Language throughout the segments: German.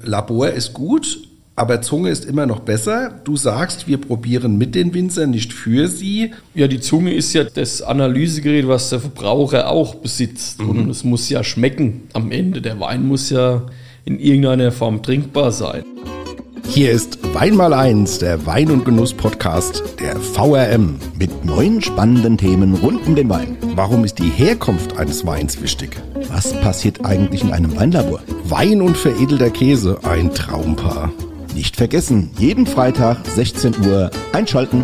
Labor ist gut, aber Zunge ist immer noch besser. Du sagst, wir probieren mit den Winzern, nicht für sie. Ja, die Zunge ist ja das Analysegerät, was der Verbraucher auch besitzt. Und es muss ja schmecken am Ende. Der Wein muss ja in irgendeiner Form trinkbar sein. Hier ist Weinmaleins, der Wein- und Genuss-Podcast der VRM. Mit neuen spannenden Themen rund um den Wein. Warum ist die Herkunft eines Weins wichtig? Was passiert eigentlich in einem Weinlabor? Wein und veredelter Käse, ein Traumpaar. Nicht vergessen, jeden Freitag 16 Uhr einschalten.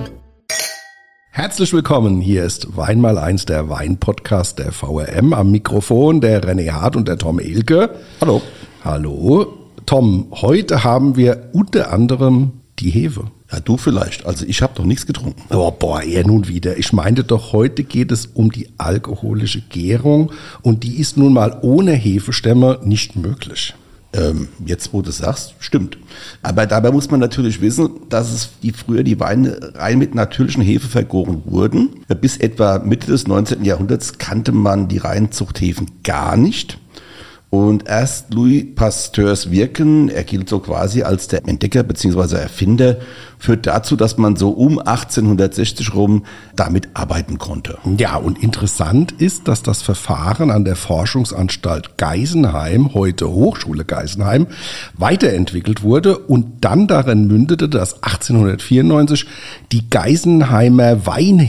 Herzlich willkommen, hier ist Weinmaleins, der Wein-Podcast der VRM. Am Mikrofon der René Hart und der Tom Ehlke. Hallo. Hallo. Tom, heute haben wir unter anderem die Hefe. Ja, du vielleicht. Also ich habe doch nichts getrunken. Oh, er nun wieder. Ich meinte doch, heute geht es um die alkoholische Gärung und die ist nun mal ohne Hefestämme nicht möglich. Jetzt, wo du sagst, stimmt. Aber dabei muss man natürlich wissen, dass früher die Weine rein mit natürlichen Hefe vergoren wurden. Bis etwa Mitte des 19. Jahrhunderts kannte man die Reinzuchthefen gar nicht. Und erst Louis Pasteurs Wirken, er gilt so quasi als der Entdecker bzw. Erfinder, führt dazu, dass man so um 1860 rum damit arbeiten konnte. Ja, und interessant ist, dass das Verfahren an der Forschungsanstalt Geisenheim, heute Hochschule Geisenheim, weiterentwickelt wurde und dann darin mündete, dass 1894 die Geisenheimer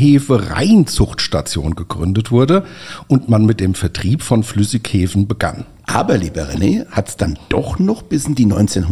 Weinhefe-Reinzuchtstation gegründet wurde und man mit dem Vertrieb von Flüssighefen begann. Aber, lieber René, hat es dann doch noch bis in die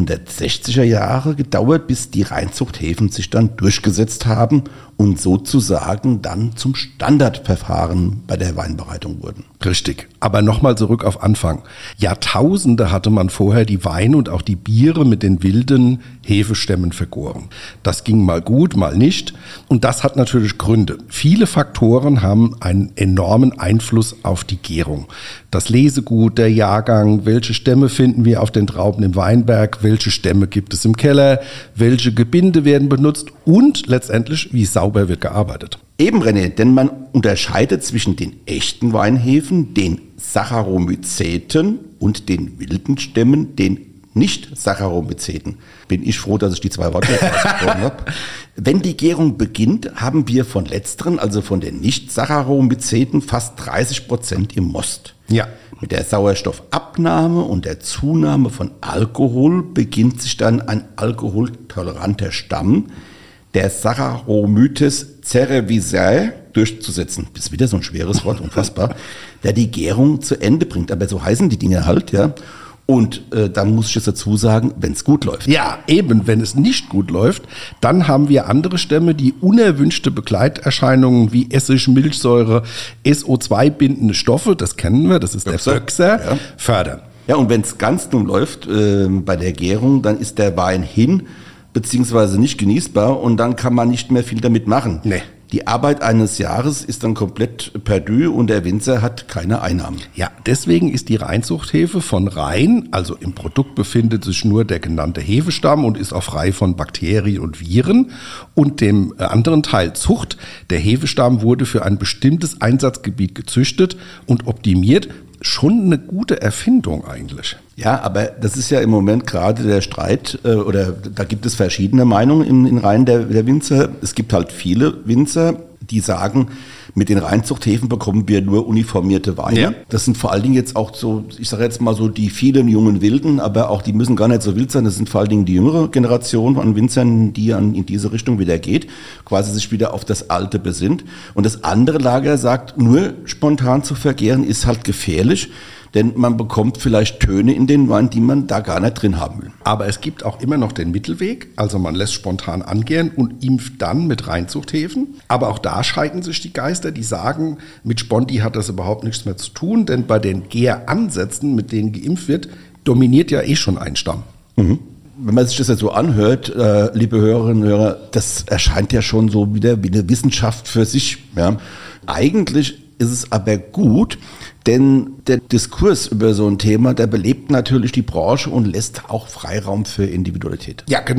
1960er Jahre gedauert, bis die Reinzuchthäfen sich dann durchgesetzt haben und sozusagen dann zum Standardverfahren bei der Weinbereitung wurden. Richtig, aber nochmal zurück auf Anfang. Jahrtausende hatte man vorher die Weine und auch die Biere mit den wilden Hefestämmen vergoren. Das ging mal gut, mal nicht und das hat natürlich Gründe. Viele Faktoren haben einen enormen Einfluss auf die Gärung. Das Lesegut, der Jahrgang, welche Stämme finden wir auf den Trauben im Weinberg, welche Stämme gibt es im Keller, welche Gebinde werden benutzt und letztendlich, wie sauber wird gearbeitet. Eben, René, denn man unterscheidet zwischen den echten Weinhefen, den Saccharomyceten und den wilden Stämmen, den Nicht-Saccharomyceten. Bin ich froh, dass ich die zwei Worte ausgesprochen habe. Wenn die Gärung beginnt, haben wir von letzteren, also von den Nicht-Saccharomyceten, fast 30% im Most. Ja. Mit der Sauerstoffabnahme und der Zunahme von Alkohol beginnt sich dann ein alkoholtoleranter Stamm, der Saccharomyces cerevisiae, durchzusetzen. Das ist wieder so ein schweres Wort, unfassbar, der die Gärung zu Ende bringt. Aber so heißen die Dinge halt, ja. Und dann muss ich jetzt dazu sagen, wenn es gut läuft. Ja, eben, wenn es nicht gut läuft, dann haben wir andere Stämme, die unerwünschte Begleiterscheinungen wie Essig, Milchsäure, SO2-bindende Stoffe, das kennen wir, das ist der Böxer, ja, fördern. Ja, und wenn es ganz dumm läuft bei der Gärung, dann ist der Wein hin, beziehungsweise nicht genießbar und dann kann man nicht mehr viel damit machen. Nee. Die Arbeit eines Jahres ist dann komplett perdu und der Winzer hat keine Einnahmen. Ja, deswegen ist die Reinzuchthefe von rein, also im Produkt befindet sich nur der genannte Hefestamm und ist auch frei von Bakterien und Viren. Und dem anderen Teil Zucht, der Hefestamm wurde für ein bestimmtes Einsatzgebiet gezüchtet und optimiert. Schon eine gute Erfindung eigentlich. Ja, aber das ist ja im Moment gerade der Streit, oder da gibt es verschiedene Meinungen in Reihen der Winzer. Es gibt halt viele Winzer, die sagen, mit den Reinzuchthäfen bekommen wir nur uniformierte Weine. Ja. Das sind vor allen Dingen jetzt auch so, ich sage jetzt mal so die vielen jungen Wilden, aber auch die müssen gar nicht so wild sein. Das sind vor allen Dingen die jüngere Generation an Winzern, die in diese Richtung wieder geht, quasi sich wieder auf das Alte besinnt. Und das andere Lager sagt, nur spontan zu vergären ist halt gefährlich. Denn man bekommt vielleicht Töne in den Wein, die man da gar nicht drin haben will. Aber es gibt auch immer noch den Mittelweg. Also man lässt spontan angären und impft dann mit Reinzuchthefen. Aber auch da scheiden sich die Geister, die sagen, mit Sponti hat das überhaupt nichts mehr zu tun. Denn bei den Gäransätzen, mit denen geimpft wird, dominiert ja eh schon ein Stamm. Mhm. Wenn man sich das jetzt so anhört, liebe Hörerinnen und Hörer, das erscheint ja schon so wieder wie eine Wissenschaft für sich. Ja. Eigentlich ist es aber gut, denn der Diskurs über so ein Thema, der belebt natürlich die Branche und lässt auch Freiraum für Individualität. Ja, genau.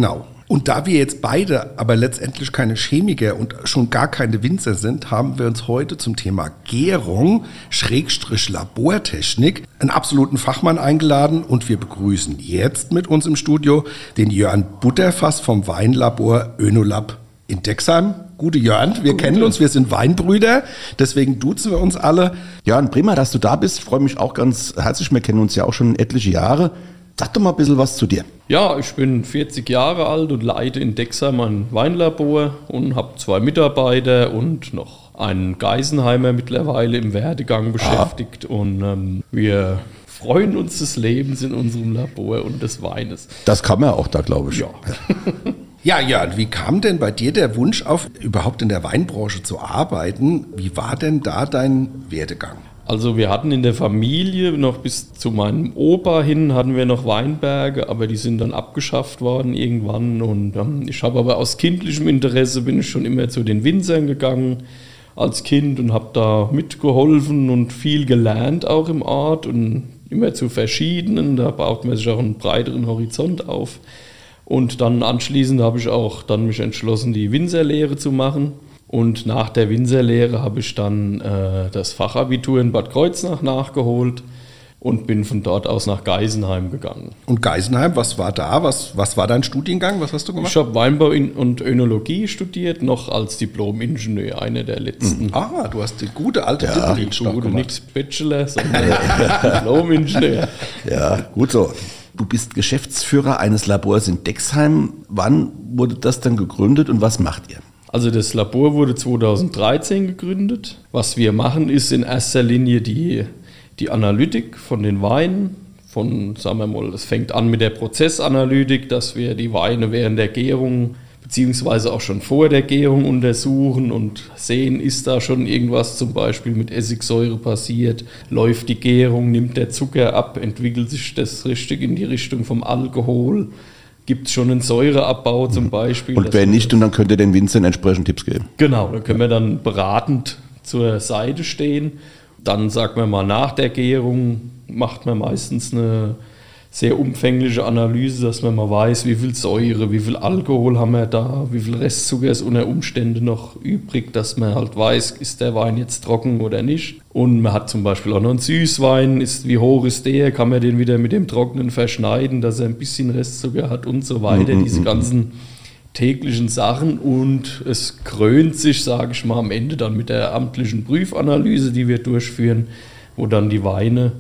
Und da wir jetzt beide aber letztendlich keine Chemiker und schon gar keine Winzer sind, haben wir uns heute zum Thema Gärung / Labortechnik einen absoluten Fachmann eingeladen und wir begrüßen jetzt mit uns im Studio den Jörn Butterfass vom Weinlabor Önolab in Dexheim. Gute Jörn, wir kennen uns, wir sind Weinbrüder, deswegen duzen wir uns alle. Jörn, prima, dass du da bist. Ich freue mich auch ganz herzlich. Wir kennen uns ja auch schon etliche Jahre. Sag doch mal ein bisschen was zu dir. Ja, ich bin 40 Jahre alt und leite in Dexheim ein Weinlabor und habe 2 Mitarbeiter und noch einen Geisenheimer mittlerweile im Werdegang beschäftigt. Und wir freuen uns des Lebens in unserem Labor und des Weines. Das kann man auch da, glaube ich. Ja. Ja, Jörn, wie kam denn bei dir der Wunsch auf, überhaupt in der Weinbranche zu arbeiten? Wie war denn da dein Werdegang? Also wir hatten in der Familie noch bis zu meinem Opa hin, hatten wir noch Weinberge, aber die sind dann abgeschafft worden irgendwann. Und ich habe aber aus kindlichem Interesse bin ich schon immer zu den Winzern gegangen als Kind und habe da mitgeholfen und viel gelernt auch im Ort und immer zu verschiedenen. Da baut man sich auch einen breiteren Horizont auf. Und dann anschließend habe ich auch dann mich entschlossen, die Winzerlehre zu machen. Und nach der Winzerlehre habe ich dann das Fachabitur in Bad Kreuznach nachgeholt und bin von dort aus nach Geisenheim gegangen. Und Geisenheim, was war da? Was war dein Studiengang? Was hast du gemacht? Ich habe Weinbau und Önologie studiert, noch als Diplom-Ingenieur, einer der letzten. Ah, du hast die gute alte Diplom gemacht. Nicht Bachelor, sondern Diplom-Ingenieur. Ja, gut so. Du bist Geschäftsführer eines Labors in Dexheim. Wann wurde das dann gegründet und was macht ihr? Also das Labor wurde 2013 gegründet. Was wir machen, ist in erster Linie die Analytik von den Weinen. Sagen wir mal, das fängt an mit der Prozessanalytik, dass wir die Weine während der Gärung beziehungsweise auch schon vor der Gärung untersuchen und sehen, ist da schon irgendwas zum Beispiel mit Essigsäure passiert, läuft die Gärung, nimmt der Zucker ab, entwickelt sich das richtig in die Richtung vom Alkohol. Gibt es schon einen Säureabbau zum Beispiel? Und wenn nicht, und dann könnt ihr den Winzern entsprechend Tipps geben. Genau, dann können wir dann beratend zur Seite stehen. Dann, sagen wir mal, nach der Gärung macht man meistens eine sehr umfängliche Analyse, dass man mal weiß, wie viel Säure, wie viel Alkohol haben wir da, wie viel Restzucker ist unter Umständen noch übrig, dass man halt weiß, ist der Wein jetzt trocken oder nicht. Und man hat zum Beispiel auch noch einen Süßwein, wie hoch ist der, kann man den wieder mit dem Trockenen verschneiden, dass er ein bisschen Restzucker hat und so weiter, diese ganzen täglichen Sachen. Und es krönt sich, sage ich mal, am Ende dann mit der amtlichen Prüfanalyse, die wir durchführen, wo dann die Weine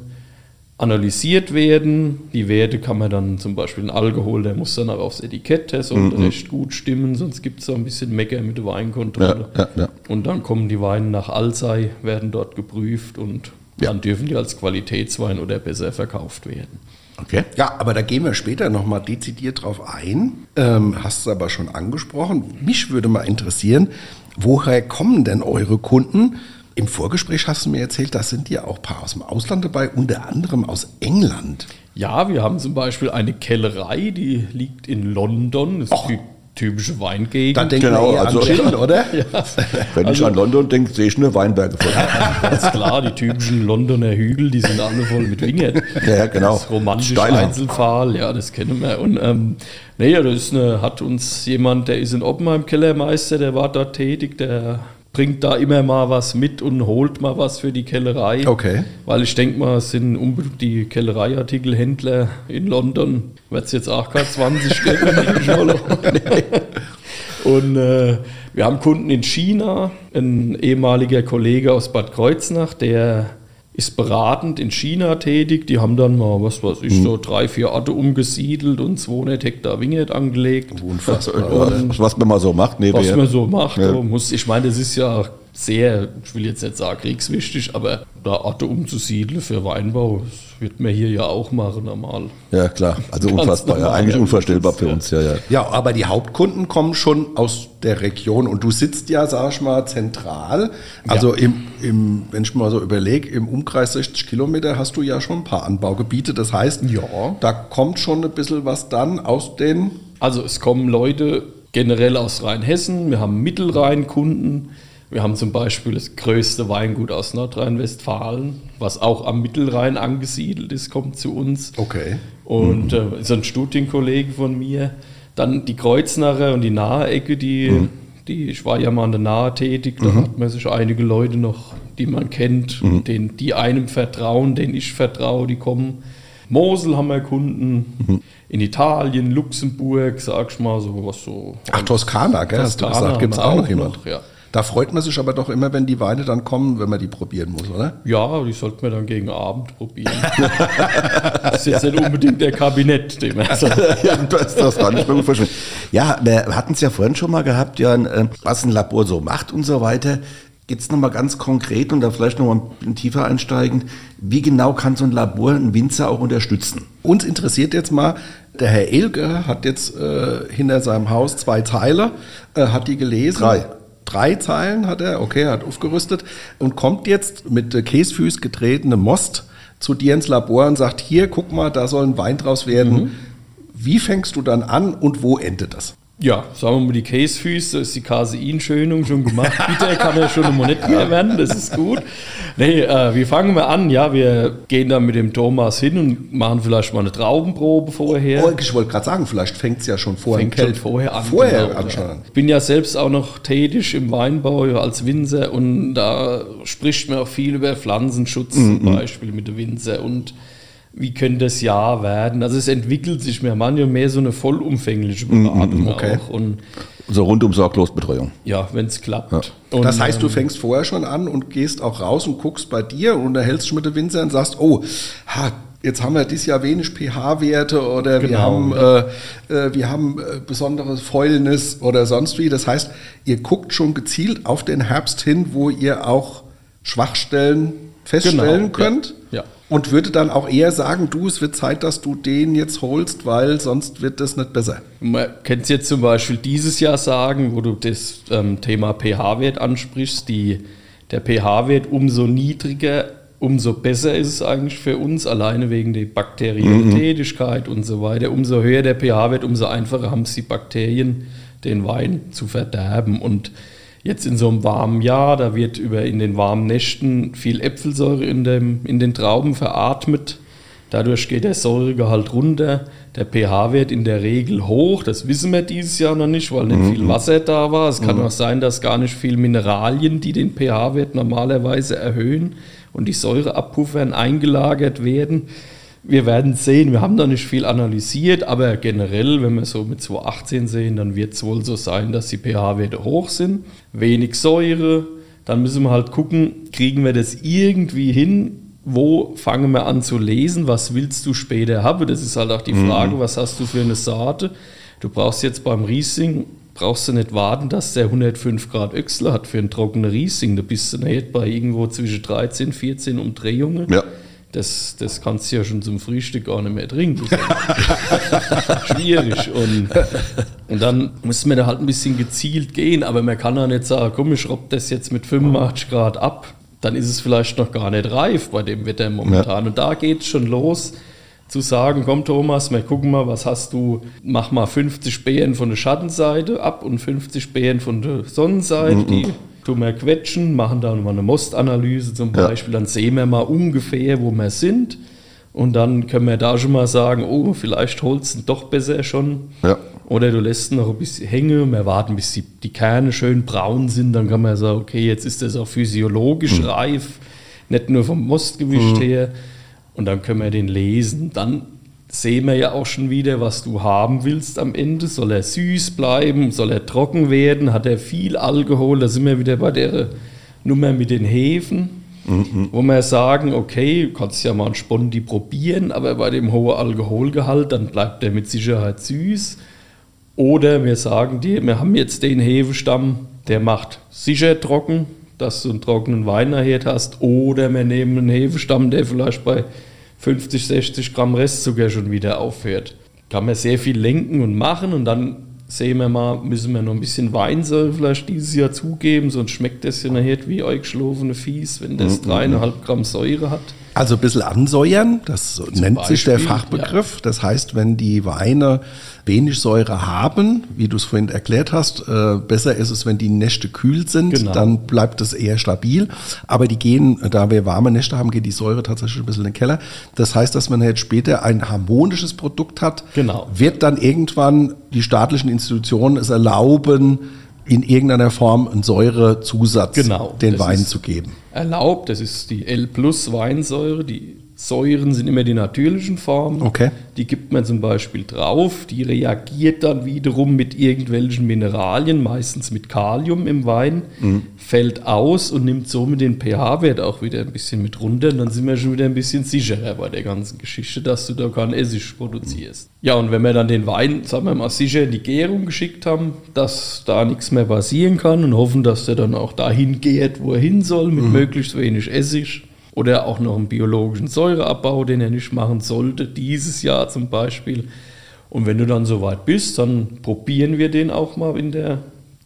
analysiert werden. Die Werte kann man dann zum Beispiel, ein Alkohol, der muss dann auch aufs Etikett, der sollte recht gut stimmen, sonst gibt es so ein bisschen Mecker mit der Weinkontrolle. Ja. Und dann kommen die Weine nach Alzey, werden dort geprüft und dann dürfen die als Qualitätswein oder besser verkauft werden. Okay. Ja, aber da gehen wir später nochmal dezidiert drauf ein. Hast du aber schon angesprochen. Mich würde mal interessieren, woher kommen denn eure Kunden? Im Vorgespräch hast du mir erzählt, da sind ja auch ein paar aus dem Ausland dabei, unter anderem aus England. Ja, wir haben zum Beispiel eine Kellerei, die liegt in London. Das ist die typische Weingegend. Da denken wir eher an Gin, oder? Ja. Wenn ich an London denke, sehe ich nur Weinberge vor. Ganz klar, die typischen Londoner Hügel, die sind alle voll mit Wingert. Ja, genau. Das romantische Einzelpfahl, ja, das kennen wir. Und hat uns jemand, der ist in Oppenheim Kellermeister, der war dort tätig, der bringt da immer mal was mit und holt mal was für die Kellerei. Okay. Weil ich denke mal, es sind unbedingt die Kellereiartikelhändler in London, wird es jetzt auch gerade 20 geben. Und wir haben Kunden in China, ein ehemaliger Kollege aus Bad Kreuznach, der ist beratend in China tätig. Die haben dann mal, so 3-4 Orte umgesiedelt und 200 Hektar Wingert angelegt. Unfassbar. Was man mal so macht. Was man so macht. Ja. Ich meine, das ist ja sehr, ich will jetzt nicht sagen kriegswichtig, aber da Orte umzusiedeln für Weinbau, das wird man hier ja auch machen normal. Ja, klar. Also unfassbar. Ja, eigentlich unvorstellbar für uns. Ja. Ja, aber die Hauptkunden kommen schon aus der Region und du sitzt ja, sag ich mal, zentral. Also wenn ich mal so überlege, im Umkreis 60 Kilometer hast du ja schon ein paar Anbaugebiete. Das heißt, da kommt schon ein bisschen was dann aus den... Also es kommen Leute generell aus Rheinhessen, wir haben Mittelrhein-Kunden. Wir haben zum Beispiel das größte Weingut aus Nordrhein-Westfalen, was auch am Mittelrhein angesiedelt ist, kommt zu uns. Okay. Und so ein Studienkollege von mir, Dann die Kreuznacher und die Nahe-Ecke, ich war ja mal an der Nahe tätig, da hat man sich einige Leute noch, die man kennt, die einem vertrauen, denen ich vertraue, die kommen. Mosel haben wir Kunden, in Italien, Luxemburg, sag ich mal, so was so. Ach, Toskana, gell? Hast du gesagt, gibt es auch noch jemand? Ja. Da freut man sich aber doch immer, wenn die Weine dann kommen, wenn man die probieren muss, oder? Ja, die sollten wir dann gegen Abend probieren. Das ist jetzt nicht unbedingt der Kabinett, den man sagt. Ja, das kann ich mir gut vorstellen. Ja, wir hatten es ja vorhin schon mal gehabt, Jan, was ein Labor so macht und so weiter. Jetzt nochmal ganz konkret und da vielleicht nochmal ein bisschen tiefer einsteigend. Wie genau kann so ein Labor einen Winzer auch unterstützen? Uns interessiert jetzt mal, der Herr Elger hat jetzt hinter seinem Haus 2 Teile, hat die gelesen. 3 Zeilen hat er, okay, hat aufgerüstet und kommt jetzt mit Käsefüß getretenem Most zu dir ins Labor und sagt, hier, guck mal, da soll ein Wein draus werden. Wie fängst du dann an und wo endet das? Ja, sagen wir mal, die Käsefüße, ist die Caseinschönung schon gemacht. Bitte kann ja schon mal nicht mehr werden, das ist gut. Nee, wie fangen wir an? Ja, wir gehen dann mit dem Thomas hin und machen vielleicht mal eine Traubenprobe vorher. Oh, ich wollte gerade sagen, vielleicht fängt es ja schon vorher an. Vorher an schon. Ich bin ja selbst auch noch tätig im Weinbau als Winzer und da spricht man auch viel über Pflanzenschutz zum Beispiel mit den Winzer und wie könnte das Jahr werden? Also es entwickelt sich manchmal mehr so eine vollumfängliche Beratung auch. Und so rundum sorglos Betreuung. Ja, wenn es klappt. Ja. Und, das heißt, du fängst vorher schon an und gehst auch raus und guckst bei dir und unterhältst dich mit den Winzern und sagst, oh, jetzt haben wir dieses Jahr wenig pH-Werte oder wir haben besonderes Fäulnis oder sonst wie. Das heißt, ihr guckt schon gezielt auf den Herbst hin, wo ihr auch Schwachstellen feststellen könnt. Ja. Und würde dann auch eher sagen, es wird Zeit, dass du den jetzt holst, weil sonst wird das nicht besser. Man kann es jetzt zum Beispiel dieses Jahr sagen, wo du das Thema pH-Wert ansprichst. Der pH-Wert umso niedriger, umso besser ist es eigentlich für uns, alleine wegen der bakteriellen Tätigkeit und so weiter. Umso höher der pH-Wert, umso einfacher haben es die Bakterien, den Wein zu verderben. Und jetzt in so einem warmen Jahr, da wird in den warmen Nächten viel Äpfelsäure in den Trauben veratmet. Dadurch geht der Säuregehalt runter, der pH-Wert in der Regel hoch. Das wissen wir dieses Jahr noch nicht, weil nicht viel Wasser da war. Es kann auch sein, dass gar nicht viel Mineralien, die den pH-Wert normalerweise erhöhen und die Säure abpuffern, eingelagert werden. Wir werden sehen, wir haben da nicht viel analysiert, aber generell, wenn wir so mit 2,18 sehen, dann wird es wohl so sein, dass die pH-Werte hoch sind, wenig Säure, dann müssen wir halt gucken, kriegen wir das irgendwie hin, wo fangen wir an zu lesen, was willst du später haben, das ist halt auch die Frage, was hast du für eine Sorte, du brauchst jetzt beim Riesling, brauchst du nicht warten, dass der 105 Grad Öchsle hat für einen trockenen Riesling, da bist du nicht bei irgendwo zwischen 13, 14 Umdrehungen. Ja. Das kannst du ja schon zum Frühstück gar nicht mehr trinken. Das ist schwierig. Und dann muss man da halt ein bisschen gezielt gehen, aber man kann auch nicht sagen, komm, ich schraube das jetzt mit 85 Grad ab. Dann ist es vielleicht noch gar nicht reif bei dem Wetter momentan. Ja. Und da geht es schon los, zu sagen, komm Thomas, wir gucken mal, was hast du, mach mal 50 Beeren von der Schattenseite ab und 50 Beeren von der Sonnenseite, die tun wir quetschen, machen da nochmal eine Mostanalyse zum Beispiel, dann sehen wir mal ungefähr, wo wir sind und dann können wir da schon mal sagen, oh, vielleicht holst du doch besser schon oder du lässt noch ein bisschen hängen, wir warten, bis die Kerne schön braun sind, dann kann man sagen, okay, jetzt ist das auch physiologisch reif, nicht nur vom Mostgewicht her und dann können wir den lesen, dann sehen wir ja auch schon wieder, was du haben willst am Ende. Soll er süß bleiben? Soll er trocken werden? Hat er viel Alkohol? Da sind wir wieder bei der Nummer mit den Hefen, wo wir sagen, okay, du kannst ja mal einen Spondi probieren, aber bei dem hohen Alkoholgehalt, dann bleibt der mit Sicherheit süß. Oder wir sagen dir, wir haben jetzt den Hefestamm, der macht sicher trocken, dass du einen trockenen Wein nachher hast. Oder wir nehmen einen Hefestamm, der vielleicht bei 50, 60 Gramm Restzucker schon wieder aufhört. Kann man sehr viel lenken und machen und dann sehen wir mal, müssen wir noch ein bisschen Weinsäure vielleicht dieses Jahr zugeben, sonst schmeckt das ja nachher wie eingeschlafene Fies, wenn das 3,5 Gramm Säure hat. Also ein bisschen ansäuern, das nennt sich der Beispiel, Fachbegriff. Das heißt, wenn die Weine wenig Säure haben, wie du es vorhin erklärt hast, besser ist es, wenn die Nächte kühl sind, Genau. dann bleibt es eher stabil. Aber die gehen, da wir warme Nächte haben, geht die Säure tatsächlich ein bisschen in den Keller. Das heißt, dass man jetzt später ein harmonisches Produkt hat, Genau. wird dann irgendwann die staatlichen Institutionen es erlauben, in irgendeiner Form einen Säurezusatz Genau, den das Wein ist zu geben. erlaubt. Das ist die L+-Weinsäure. Die Säuren sind immer die natürlichen Formen. Okay. Die gibt man zum Beispiel drauf. Die reagiert dann wiederum mit irgendwelchen Mineralien, meistens mit Kalium im Wein, fällt aus und nimmt somit den pH-Wert auch wieder ein bisschen mit runter. Und dann sind wir schon wieder ein bisschen sicherer bei der ganzen Geschichte, dass du da keinen Essig produzierst. Ja, und wenn wir dann den Wein, sagen wir mal, sicher in die Gärung geschickt haben, dass da nichts mehr passieren kann und hoffen, dass der dann auch dahin gärt, wo er hin soll, mit möglichst wenig Essig. Oder auch noch einen biologischen Säureabbau, den er nicht machen sollte, dieses Jahr zum Beispiel. Und wenn du dann soweit bist, dann probieren wir den auch mal in der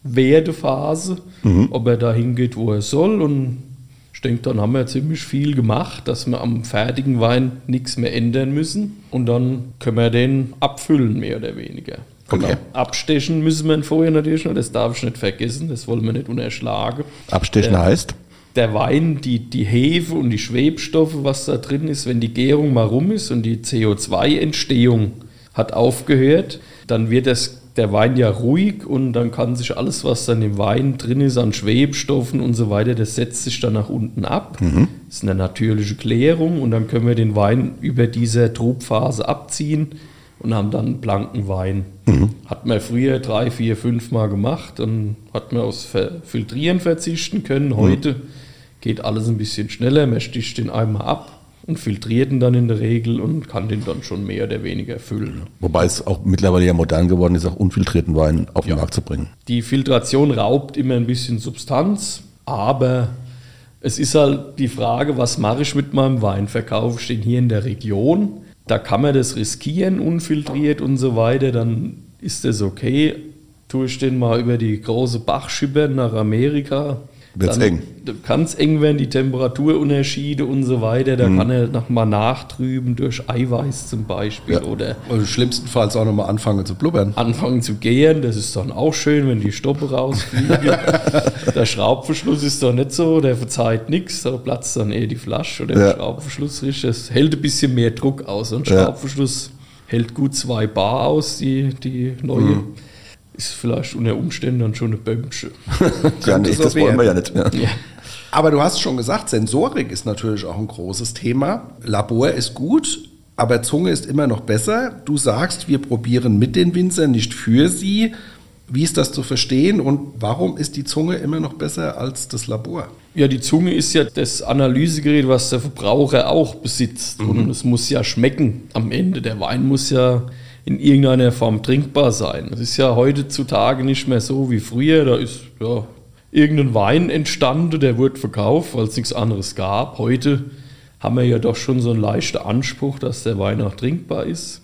Werdephase, ob er dahin geht, wo er soll. Und ich denke, dann haben wir ziemlich viel gemacht, dass wir am fertigen Wein nichts mehr ändern müssen. Und dann können wir den abfüllen, mehr oder weniger. Okay. Abstechen müssen wir ihn vorher natürlich noch, das darf ich nicht vergessen, das wollen wir nicht unterschlagen. Abstechen heißt? Der Wein, die Hefe und die Schwebstoffe, was da drin ist, wenn die Gärung mal rum ist und die CO2-Entstehung hat aufgehört, dann wird der Wein ja ruhig und dann kann sich alles, was dann im Wein drin ist, an Schwebstoffen und so weiter, das setzt sich dann nach unten ab. Das ist eine natürliche Klärung und dann können wir den Wein über diese Trubphase abziehen und haben dann einen blanken Wein. Hat man früher 3, 4, 5 Mal gemacht, dann hat man aufs Filtrieren verzichten können. Heute geht alles ein bisschen schneller, man sticht den einmal ab und filtriert ihn dann in der Regel und kann den dann schon mehr oder weniger füllen. Wobei es auch mittlerweile ja modern geworden ist, auch unfiltrierten Wein auf den Markt zu bringen. Die Filtration raubt immer ein bisschen Substanz, aber es ist halt die Frage, was mache ich mit meinem Wein? Verkaufe ich den hier in der Region? Da kann man das riskieren, unfiltriert und so weiter, dann ist das okay. Tue ich den mal über die große Bach schippern nach Amerika, Wird's eng. Kann es eng werden, die Temperaturunterschiede und so weiter. Da kann er noch mal nachtrüben durch Eiweiß zum Beispiel oder Und schlimmstenfalls auch nochmal anfangen zu blubbern. anfangen zu gären. Das ist dann auch schön, wenn die Stoppe rausfliegen. Der Schraubverschluss ist doch nicht so, der verzeiht nichts, da platzt dann eher die Flasche oder der Schraubverschluss richtig. Das hält ein bisschen mehr Druck aus. Und Schraubverschluss hält gut 2 Bar aus, die neue. Ist vielleicht unter Umständen dann schon eine Bömmsche. Ja, nee, so das wollen wir ja nicht. Ja. Ja. Aber du hast schon gesagt, Sensorik ist natürlich auch ein großes Thema. Labor ist gut, aber Zunge ist immer noch besser. Du sagst, wir probieren mit den Winzern, nicht für sie. Wie ist das zu verstehen und warum ist die Zunge immer noch besser als das Labor? Ja, die Zunge ist ja das Analysegerät, was der Verbraucher auch besitzt. Und es muss ja schmecken am Ende. Der Wein muss ja in irgendeiner Form trinkbar sein. Es ist ja heutzutage nicht mehr so wie früher. Da ist irgendein Wein entstanden, der wurde verkauft, weil es nichts anderes gab. Heute haben wir ja doch schon so einen leichten Anspruch, dass der Wein auch trinkbar ist.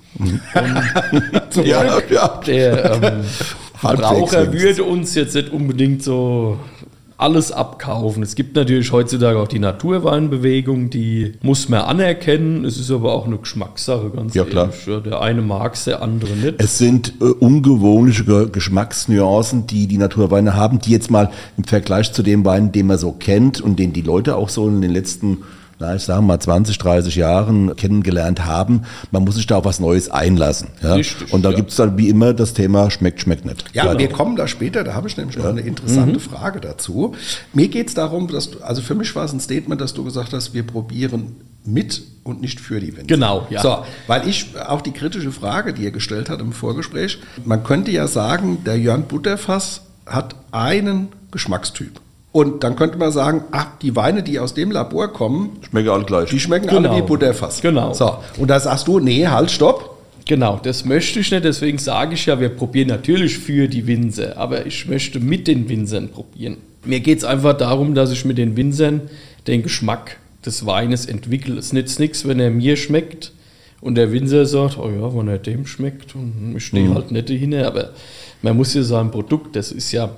Der Verbraucher würde uns jetzt nicht unbedingt so alles abkaufen. Es gibt natürlich heutzutage auch die Naturweinbewegung, die muss man anerkennen. Es ist aber auch eine Geschmackssache, ganz ehrlich. Klar. Ja, der eine mag es, der andere nicht. Es sind ungewöhnliche Geschmacksnuancen, die Naturweine haben, die jetzt mal im Vergleich zu dem Wein, den man so kennt und den die Leute auch so in den letzten, ich sage mal 20, 30 Jahren kennengelernt haben. Man muss sich da auf was Neues einlassen. Ja? Richtig, Und da ja. gibt es dann wie immer das Thema schmeckt nicht. Ja, wir kommen da später, da habe ich nämlich noch eine interessante Frage dazu. Mir geht es darum, dass du, also für mich war es ein Statement, dass du gesagt hast, wir probieren mit und nicht für die Winzer. Genau, ja. So, weil ich auch die kritische Frage, die er gestellt hat im Vorgespräch, man könnte ja sagen, der Jörn Butterfass hat einen Geschmackstyp. Und dann könnte man sagen, die Weine, die aus dem Labor kommen, Schmecken alle gleich. die schmecken Genau. alle wie Butterfass. Genau. So, und da sagst du, nee, halt, stopp. Genau, das möchte ich nicht, deswegen sage ich ja, wir probieren natürlich für die Winzer, aber ich möchte mit den Winzern probieren. Mir geht es einfach darum, dass ich mit den Winzern den Geschmack des Weines entwickle. Es nützt nichts, wenn er mir schmeckt und der Winzer sagt, oh ja, wenn er dem schmeckt und ich stehe halt nicht dahinter, aber man muss ja sein Produkt, das ist ja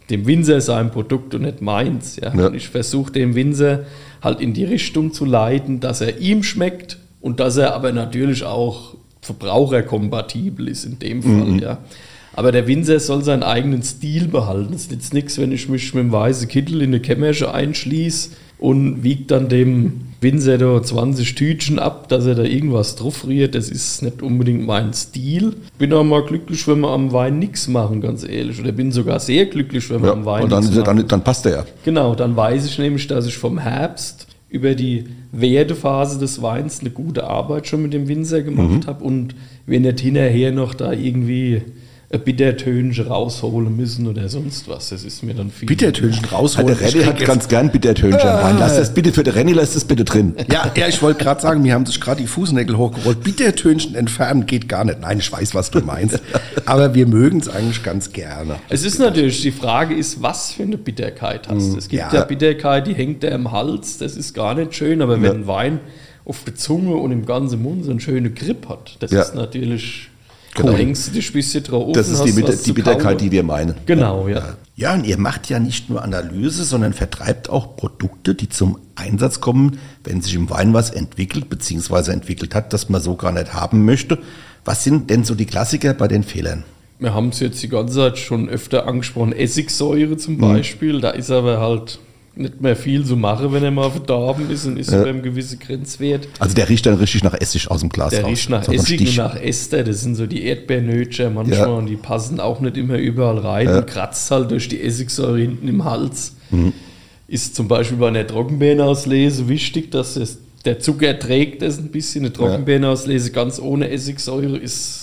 dem Winzer sein Produkt und nicht meins. Ja? Ja. Und ich versuche dem Winzer halt in die Richtung zu leiten, dass er ihm schmeckt und dass er aber natürlich auch verbraucherkompatibel ist in dem Fall. Ja? Aber der Winzer soll seinen eigenen Stil behalten. Es nützt nichts, wenn ich mich mit dem weißen Kittel in eine Kämmersche einschließe und wiege dann dem Winzer da 20 Tütchen ab, dass er da irgendwas drauf rührt. Das ist nicht unbedingt mein Stil. Bin auch mal glücklich, wenn wir am Wein nichts machen, ganz ehrlich. Oder bin sogar sehr glücklich, wenn wir am Wein und nichts machen. dann passt der ja. Genau, dann weiß ich nämlich, dass ich vom Herbst über die Werdephase des Weins eine gute Arbeit schon mit dem Winzer gemacht habe und wir nicht hinterher noch da irgendwie Bittertönchen rausholen müssen oder sonst was. Das ist mir dann viel. Bittertönchen rausholen. Der Renny hat ganz gern Bittertönchen rein. Lass das bitte für den Renny, lass das bitte drin. Ja, ich wollte gerade sagen, mir haben sich gerade die Fußnägel hochgerollt. Bittertönchen entfernen geht gar nicht. Nein, ich weiß, was du meinst. Aber wir mögen es eigentlich ganz gerne. Es ist natürlich, die Frage ist, was für eine Bitterkeit hast du. Es gibt ja Bitterkeit, die hängt dir im Hals, das ist gar nicht schön, aber wenn ein Wein auf der Zunge und im ganzen Mund so einen schönen Grip hat, das ist natürlich... Genau. Da hängst du dich ein bisschen drauf. Das ist die Bitterkeit, die wir meinen. Genau, ja. Ja, und ihr macht ja nicht nur Analyse, sondern vertreibt auch Produkte, die zum Einsatz kommen, wenn sich im Wein was entwickelt, beziehungsweise entwickelt hat, das man so gar nicht haben möchte. Was sind denn so die Klassiker bei den Fehlern? Wir haben es jetzt die ganze Zeit schon öfter angesprochen. Essigsäure zum Beispiel, da ist aber halt nicht mehr viel zu machen, wenn er mal verdorben ist und ist über einem gewissen Grenzwert. Also der riecht dann richtig nach Essig aus dem Glas Der raus. riecht nach So ein Essig und Stich. nach Ester, das sind so die Erdbeernötscher manchmal und die passen auch nicht immer überall rein und kratzt halt durch die Essigsäure hinten im Hals. Ist zum Beispiel bei einer Trockenbeerenauslese wichtig, dass der Zucker trägt das ein bisschen. Eine Trockenbeerenauslese ganz ohne Essigsäure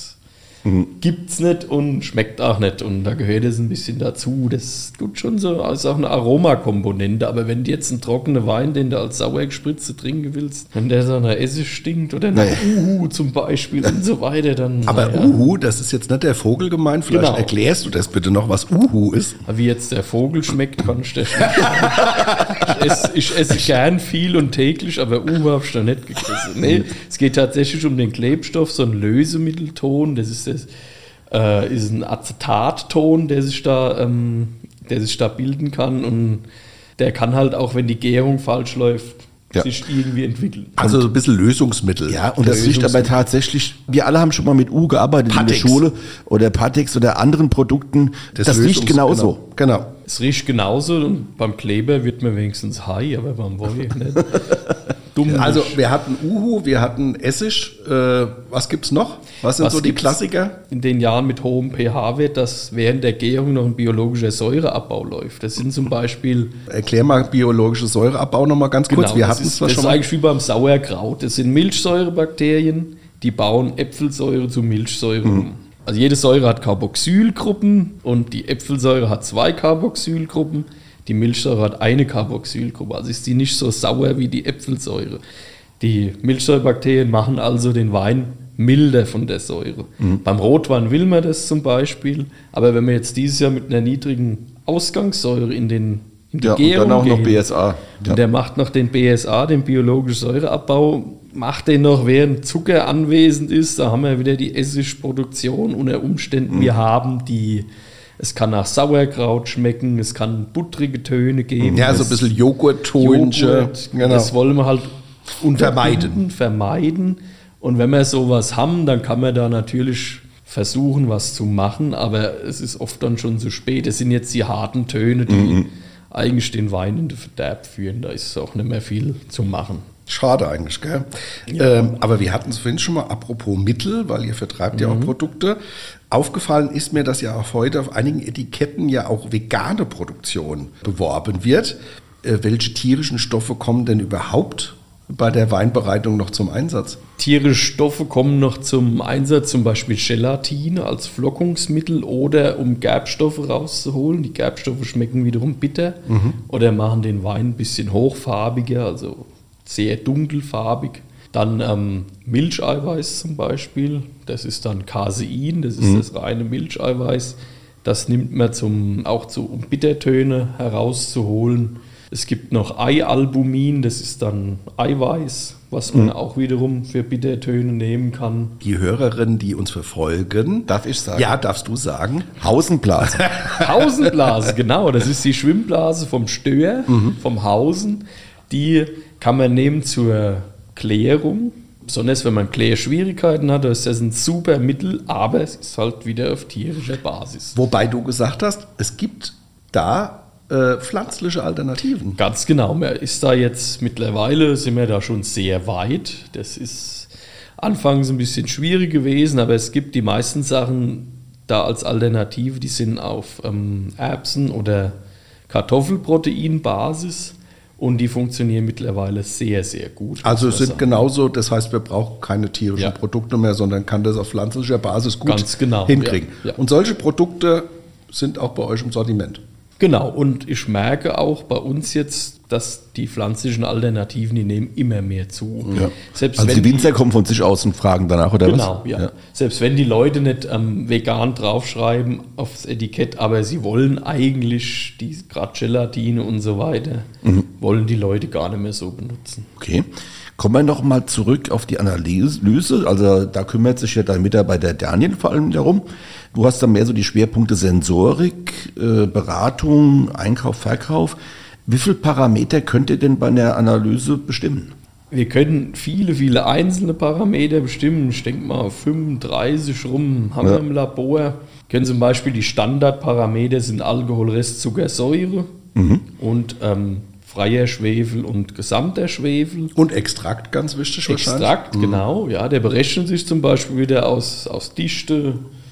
gibt's nicht und schmeckt auch nicht. Und da gehört es ein bisschen dazu. Das tut schon so, ist auch eine Aromakomponente. Aber wenn du jetzt einen trockenen Wein, den du als Sauergespritze trinken willst, wenn der so nach Essig stinkt oder nach Uhu zum Beispiel und so weiter, dann... Aber Uhu, das ist jetzt nicht der Vogel gemeint. Vielleicht erklärst du das bitte noch, was Uhu ist. Wie jetzt der Vogel schmeckt, kann ich dir ich esse gern viel und täglich, aber Uhu habe ich da nicht gegessen. Nee, es geht tatsächlich um den Klebstoff, so ein Lösemittelton. Das ist ein Acetatton, der sich da bilden kann und der kann halt auch, wenn die Gärung falsch läuft, sich irgendwie entwickeln. Also so ein bisschen Lösungsmittel. Ja, und das riecht aber tatsächlich, wir alle haben schon mal mit U gearbeitet Patex. in der Schule oder Patex oder anderen Produkten. Das riecht genauso. Genau. Es riecht genauso und beim Kleber wird man wenigstens high, aber beim Woi nicht. Dumm Also nicht. wir hatten Uhu, wir hatten Essig. Was gibt's noch? Was sind so die gibt's Klassiker? in den Jahren mit hohem pH-Wert, dass während der Gärung noch ein biologischer Säureabbau läuft? Das sind zum Beispiel... Erklär mal biologische Säureabbau nochmal ganz kurz. Wir hatten es zwar das schon ist mal. eigentlich wie beim Sauerkraut. Das sind Milchsäurebakterien, die bauen Äpfelsäure zu Milchsäure um. Also jede Säure hat Carboxylgruppen und die Äpfelsäure hat 2 Carboxylgruppen. Die Milchsäure hat eine Carboxylgruppe, also ist die nicht so sauer wie die Äpfelsäure. Die Milchsäurebakterien machen also den Wein milder von der Säure. Beim Rotwein will man das zum Beispiel, aber wenn wir jetzt dieses Jahr mit einer niedrigen Ausgangssäure in die Gärung und dann auch noch gehen, BSA. und der macht noch den BSA, den biologischen Säureabbau, macht den noch, während Zucker anwesend ist. Da haben wir wieder die Essigproduktion unter Umständen. Wir haben es kann nach Sauerkraut schmecken, es kann buttrige Töne geben. Ja, so ein bisschen Joghurttonchen. Joghurt, Genau. das wollen wir halt vermeiden. Und wenn wir sowas haben, dann kann man da natürlich versuchen, was zu machen, aber es ist oft dann schon zu spät. Es sind jetzt die harten Töne, die eigentlich den Wein in den Verderb führen. Da ist auch nicht mehr viel zu machen. Schade eigentlich, gell? Aber wir hatten es vorhin schon mal, apropos Mittel, weil ihr vertreibt ja auch Produkte. Aufgefallen ist mir, dass ja auch heute auf einigen Etiketten ja auch vegane Produktion beworben wird. Welche tierischen Stoffe kommen denn überhaupt bei der Weinbereitung noch zum Einsatz? Tierische Stoffe kommen noch zum Einsatz, zum Beispiel Gelatine als Flockungsmittel oder um Gerbstoffe rauszuholen. Die Gerbstoffe schmecken wiederum bitter oder machen den Wein ein bisschen hochfarbiger, also sehr dunkelfarbig. Dann Milcheiweiß zum Beispiel, das ist dann Casein, das ist das reine Milcheiweiß. Das nimmt man um Bittertöne herauszuholen. Es gibt noch Eialbumin, das ist dann Eiweiß, was man auch wiederum für Bittertöne nehmen kann. Die Hörerinnen, die uns verfolgen. Darf ich sagen? Ja, darfst du sagen. Hausenblase. Hausenblase, genau, das ist die Schwimmblase vom Stör, vom Hausen. Die kann man nehmen zur Klärung. Besonders wenn man Klärschwierigkeiten hat, das ist ein super Mittel, aber es ist halt wieder auf tierischer Basis. Wobei du gesagt hast, es gibt da pflanzliche Alternativen. Ganz genau, man ist da jetzt mittlerweile, sind wir da schon sehr weit. Das ist anfangs ein bisschen schwierig gewesen, aber es gibt die meisten Sachen da als Alternative, die sind auf Erbsen- oder Kartoffelproteinbasis. Und die funktionieren mittlerweile sehr, sehr gut. Also es sind genauso, das heißt, wir brauchen keine tierischen Produkte mehr, sondern kann das auf pflanzlicher Basis gut hinkriegen. Ja. Und solche Produkte sind auch bei euch im Sortiment. Genau, und ich merke auch bei uns jetzt, dass die pflanzlichen Alternativen, die nehmen immer mehr zu. Ja. Selbst Also wenn die Winzer kommen von sich aus und fragen danach, oder genau, was? Genau, ja. Selbst wenn die Leute nicht vegan draufschreiben aufs Etikett, aber sie wollen eigentlich, gerade Gelatine und so weiter, wollen die Leute gar nicht mehr so benutzen. Okay. Kommen wir noch mal zurück auf die Analyse. Also da kümmert sich ja dein Mitarbeiter Daniel vor allem darum. Du hast da mehr so die Schwerpunkte Sensorik, Beratung, Einkauf, Verkauf. Wie viele Parameter könnt ihr denn bei einer Analyse bestimmen? Wir können viele, viele einzelne Parameter bestimmen. Ich denke mal 35 rum haben wir im Labor. Können zum Beispiel die Standardparameter sind Alkohol, Restzucker, Säure und freier Schwefel und gesamter Schwefel. Und Extrakt, ganz wichtig wahrscheinlich. Extrakt, genau. Ja, der berechnet sich zum Beispiel wieder aus Dichte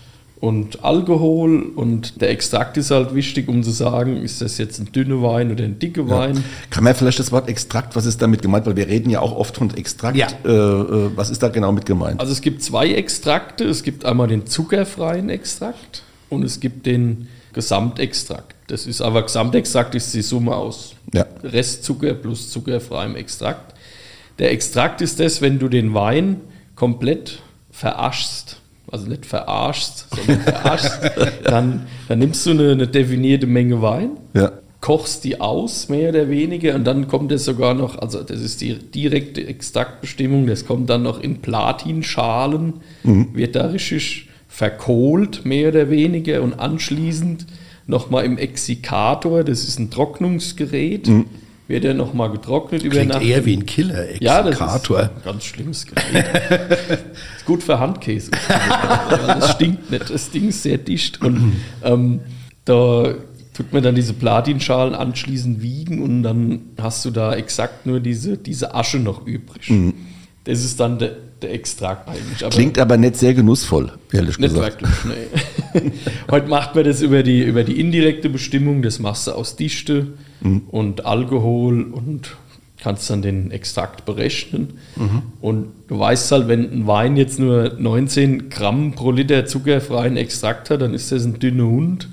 und Alkohol. Und der Extrakt ist halt wichtig, um zu sagen, ist das jetzt ein dünner Wein oder ein dicker Wein. Kann man vielleicht das Wort Extrakt, was ist damit gemeint? Weil wir reden ja auch oft von Extrakt. Ja. Was ist da genau mit gemeint? Also es gibt zwei Extrakte. Es gibt einmal den zuckerfreien Extrakt und es gibt den Gesamtextrakt. Das ist aber Gesamtextrakt ist die Summe aus Restzucker plus zuckerfreiem Extrakt. Der Extrakt ist das, wenn du den Wein komplett veraschst, also nicht verarschst, sondern veraschst, dann nimmst du eine definierte Menge Wein, kochst die aus, mehr oder weniger, und dann kommt es sogar noch, also das ist die direkte Extraktbestimmung, das kommt dann noch in Platinschalen, wird da richtig verkohlt, mehr oder weniger, und anschließend nochmal im Exikator, das ist ein Trocknungsgerät, wird er nochmal getrocknet über Klingt Nacht. eher wie ein Killer-Exikator. Ja, das ist ein ganz schlimmes Gerät. Ist gut für Handkäse. Das stinkt nicht, das Ding ist sehr dicht. Und da tut man dann diese Platinschalen anschließend wiegen und dann hast du da exakt nur diese Asche noch übrig. Das ist dann der Extrakt eigentlich. Aber klingt aber nicht sehr genussvoll, ehrlich nicht gesagt. wirklich, nee. Heute macht man das über die indirekte Bestimmung, das machst du aus Dichte und Alkohol und kannst dann den Extrakt berechnen. Und du weißt halt, wenn ein Wein jetzt nur 19 Gramm pro Liter zuckerfreien Extrakt hat, dann ist das ein dünner Hund.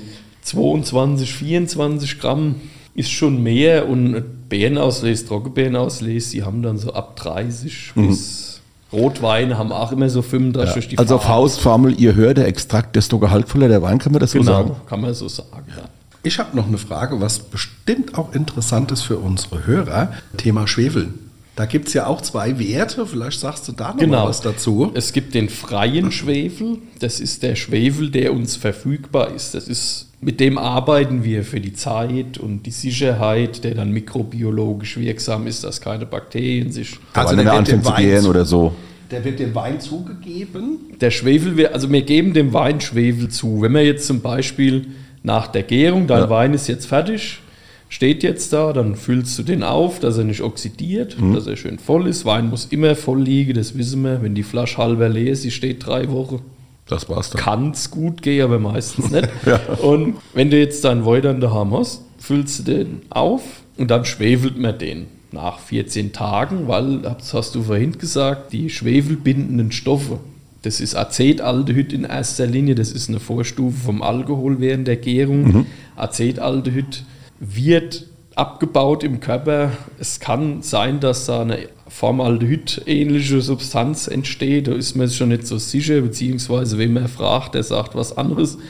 22, 24 Gramm ist schon mehr, und Beerenauslese, Trockenbeerenauslese, die haben dann so ab 30 bis Rotweine haben auch immer so 35 die Also auf Farbe. Hausformel, je höher der Extrakt, desto gehaltvoller der Wein, kann man das so sagen? Genau, kann man so sagen, ja. Ich habe noch eine Frage, was bestimmt auch interessant ist für unsere Hörer. Thema Schwefel. Da gibt es ja auch zwei Werte, vielleicht sagst du da noch mal was dazu. Es gibt den freien Schwefel, das ist der Schwefel, der uns verfügbar ist. Das ist, mit dem arbeiten wir für die Zeit und die Sicherheit, der dann mikrobiologisch wirksam ist, dass keine Bakterien sich... Also wenn er anfängt zu gären oder so. Der wird dem Wein zugegeben? Der Schwefel, also wir geben dem Wein Schwefel zu. Wenn wir jetzt zum Beispiel nach der Gärung, dein Wein ist jetzt fertig, steht jetzt da, dann füllst du den auf, dass er nicht oxidiert, dass er schön voll ist. Wein muss immer voll liegen, das wissen wir. Wenn die Flasche halber leer ist, sie steht 3 Wochen. Das war's dann. Kann es gut gehen, aber meistens nicht. Und wenn du jetzt deinen Wein dann daheim hast, füllst du den auf und dann schwefelt man den nach 14 Tagen, weil, das hast du vorhin gesagt, die schwefelbindenden Stoffe, das ist Acetaldehyd in erster Linie, das ist eine Vorstufe vom Alkohol während der Gärung. Acetaldehyd wird abgebaut im Körper. Es kann sein, dass da eine Formaldehyd-ähnliche Substanz entsteht. Da ist man sich schon nicht so sicher, beziehungsweise wenn man fragt, der sagt was anderes.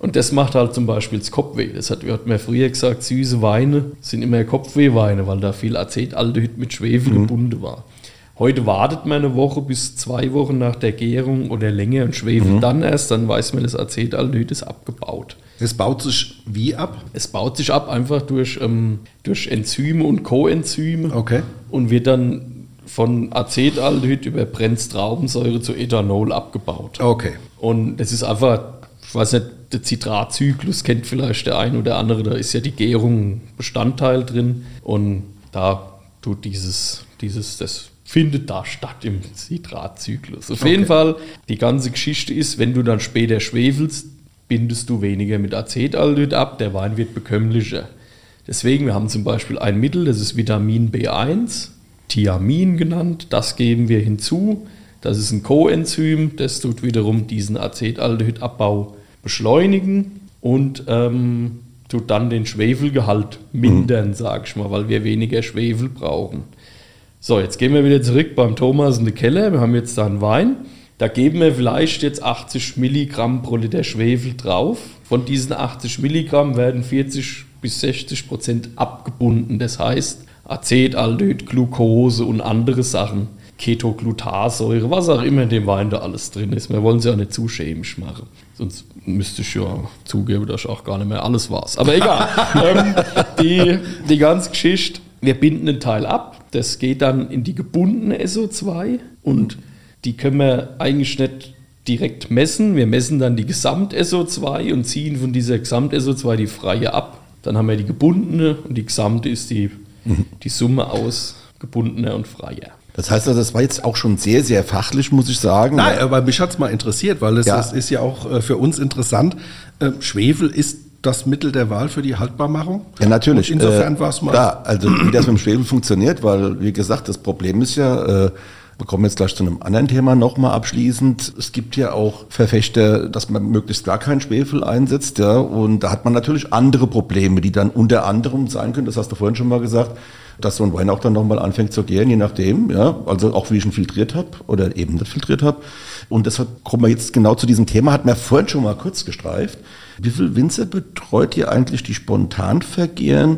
Und das macht halt zum Beispiel das Kopfweh. Das hat man früher gesagt, süße Weine sind immer Kopfwehweine, weil da viel Acetaldehyd mit Schwefel gebunden war. Heute wartet man eine Woche bis 2 Wochen nach der Gärung oder länger und schwefelt dann erst, dann weiß man, das Acetaldehyd ist abgebaut. Es baut sich wie ab? Es baut sich ab einfach durch Enzyme und Coenzyme und wird dann von Acetaldehyd über Brennstraubensäure zu Ethanol abgebaut. Okay. Und das ist einfach, ich weiß nicht, der Zitratzyklus kennt vielleicht der ein oder andere, da ist ja die Gärung Bestandteil drin und da tut das findet da statt im Zitratzyklus. Auf jeden Fall, die ganze Geschichte ist, wenn du dann später schwefelst, bindest du weniger mit Acetaldehyd ab, der Wein wird bekömmlicher. Deswegen, wir haben zum Beispiel ein Mittel, das ist Vitamin B1, Thiamin genannt, das geben wir hinzu. Das ist ein Coenzym, das tut wiederum diesen Acetaldehyd-Abbau beschleunigen und tut dann den Schwefelgehalt mindern, sag ich mal, weil wir weniger Schwefel brauchen. So, jetzt gehen wir wieder zurück beim Thomas in den Keller. Wir haben jetzt da einen Wein. Da geben wir vielleicht jetzt 80 Milligramm pro Liter Schwefel drauf. Von diesen 80 Milligramm werden 40-60% abgebunden. Das heißt, Acetaldehyd, Glucose und andere Sachen, Ketoglutarsäure, was auch immer in dem Wein da alles drin ist. Wir wollen es ja nicht zu chemisch machen. Sonst müsste ich ja zugeben, dass ich auch gar nicht mehr alles weiß. Aber egal. Die ganze Geschichte, wir binden einen Teil ab. Das geht dann in die gebundene SO2 und die können wir eigentlich nicht direkt messen. Wir messen dann die Gesamt-SO2 und ziehen von dieser Gesamt-SO2 die freie ab. Dann haben wir die gebundene und die gesamte ist die Summe aus gebundener und freier. Das heißt also, das war jetzt auch schon sehr, sehr fachlich, muss ich sagen. Nein, aber mich hat es mal interessiert, weil es ist ja auch für uns interessant. Schwefel ist das Mittel der Wahl für die Haltbarmachung? Ja, natürlich. Und insofern war es mal... Klar, also wie das mit dem Schwefel funktioniert, weil, wie gesagt, das Problem ist ja, wir kommen jetzt gleich zu einem anderen Thema nochmal abschließend. Es gibt ja auch Verfechter, dass man möglichst gar keinen Schwefel einsetzt, ja, und da hat man natürlich andere Probleme, die dann unter anderem sein können, das hast du vorhin schon mal gesagt, dass so ein Wein auch dann nochmal anfängt zu gären, je nachdem, ja, also auch wie ich ihn filtriert habe oder eben nicht filtriert habe. Und deshalb kommen wir jetzt genau zu diesem Thema, hatten wir vorhin schon mal kurz gestreift. Wie viel Winzer betreut ihr eigentlich, die spontan vergären?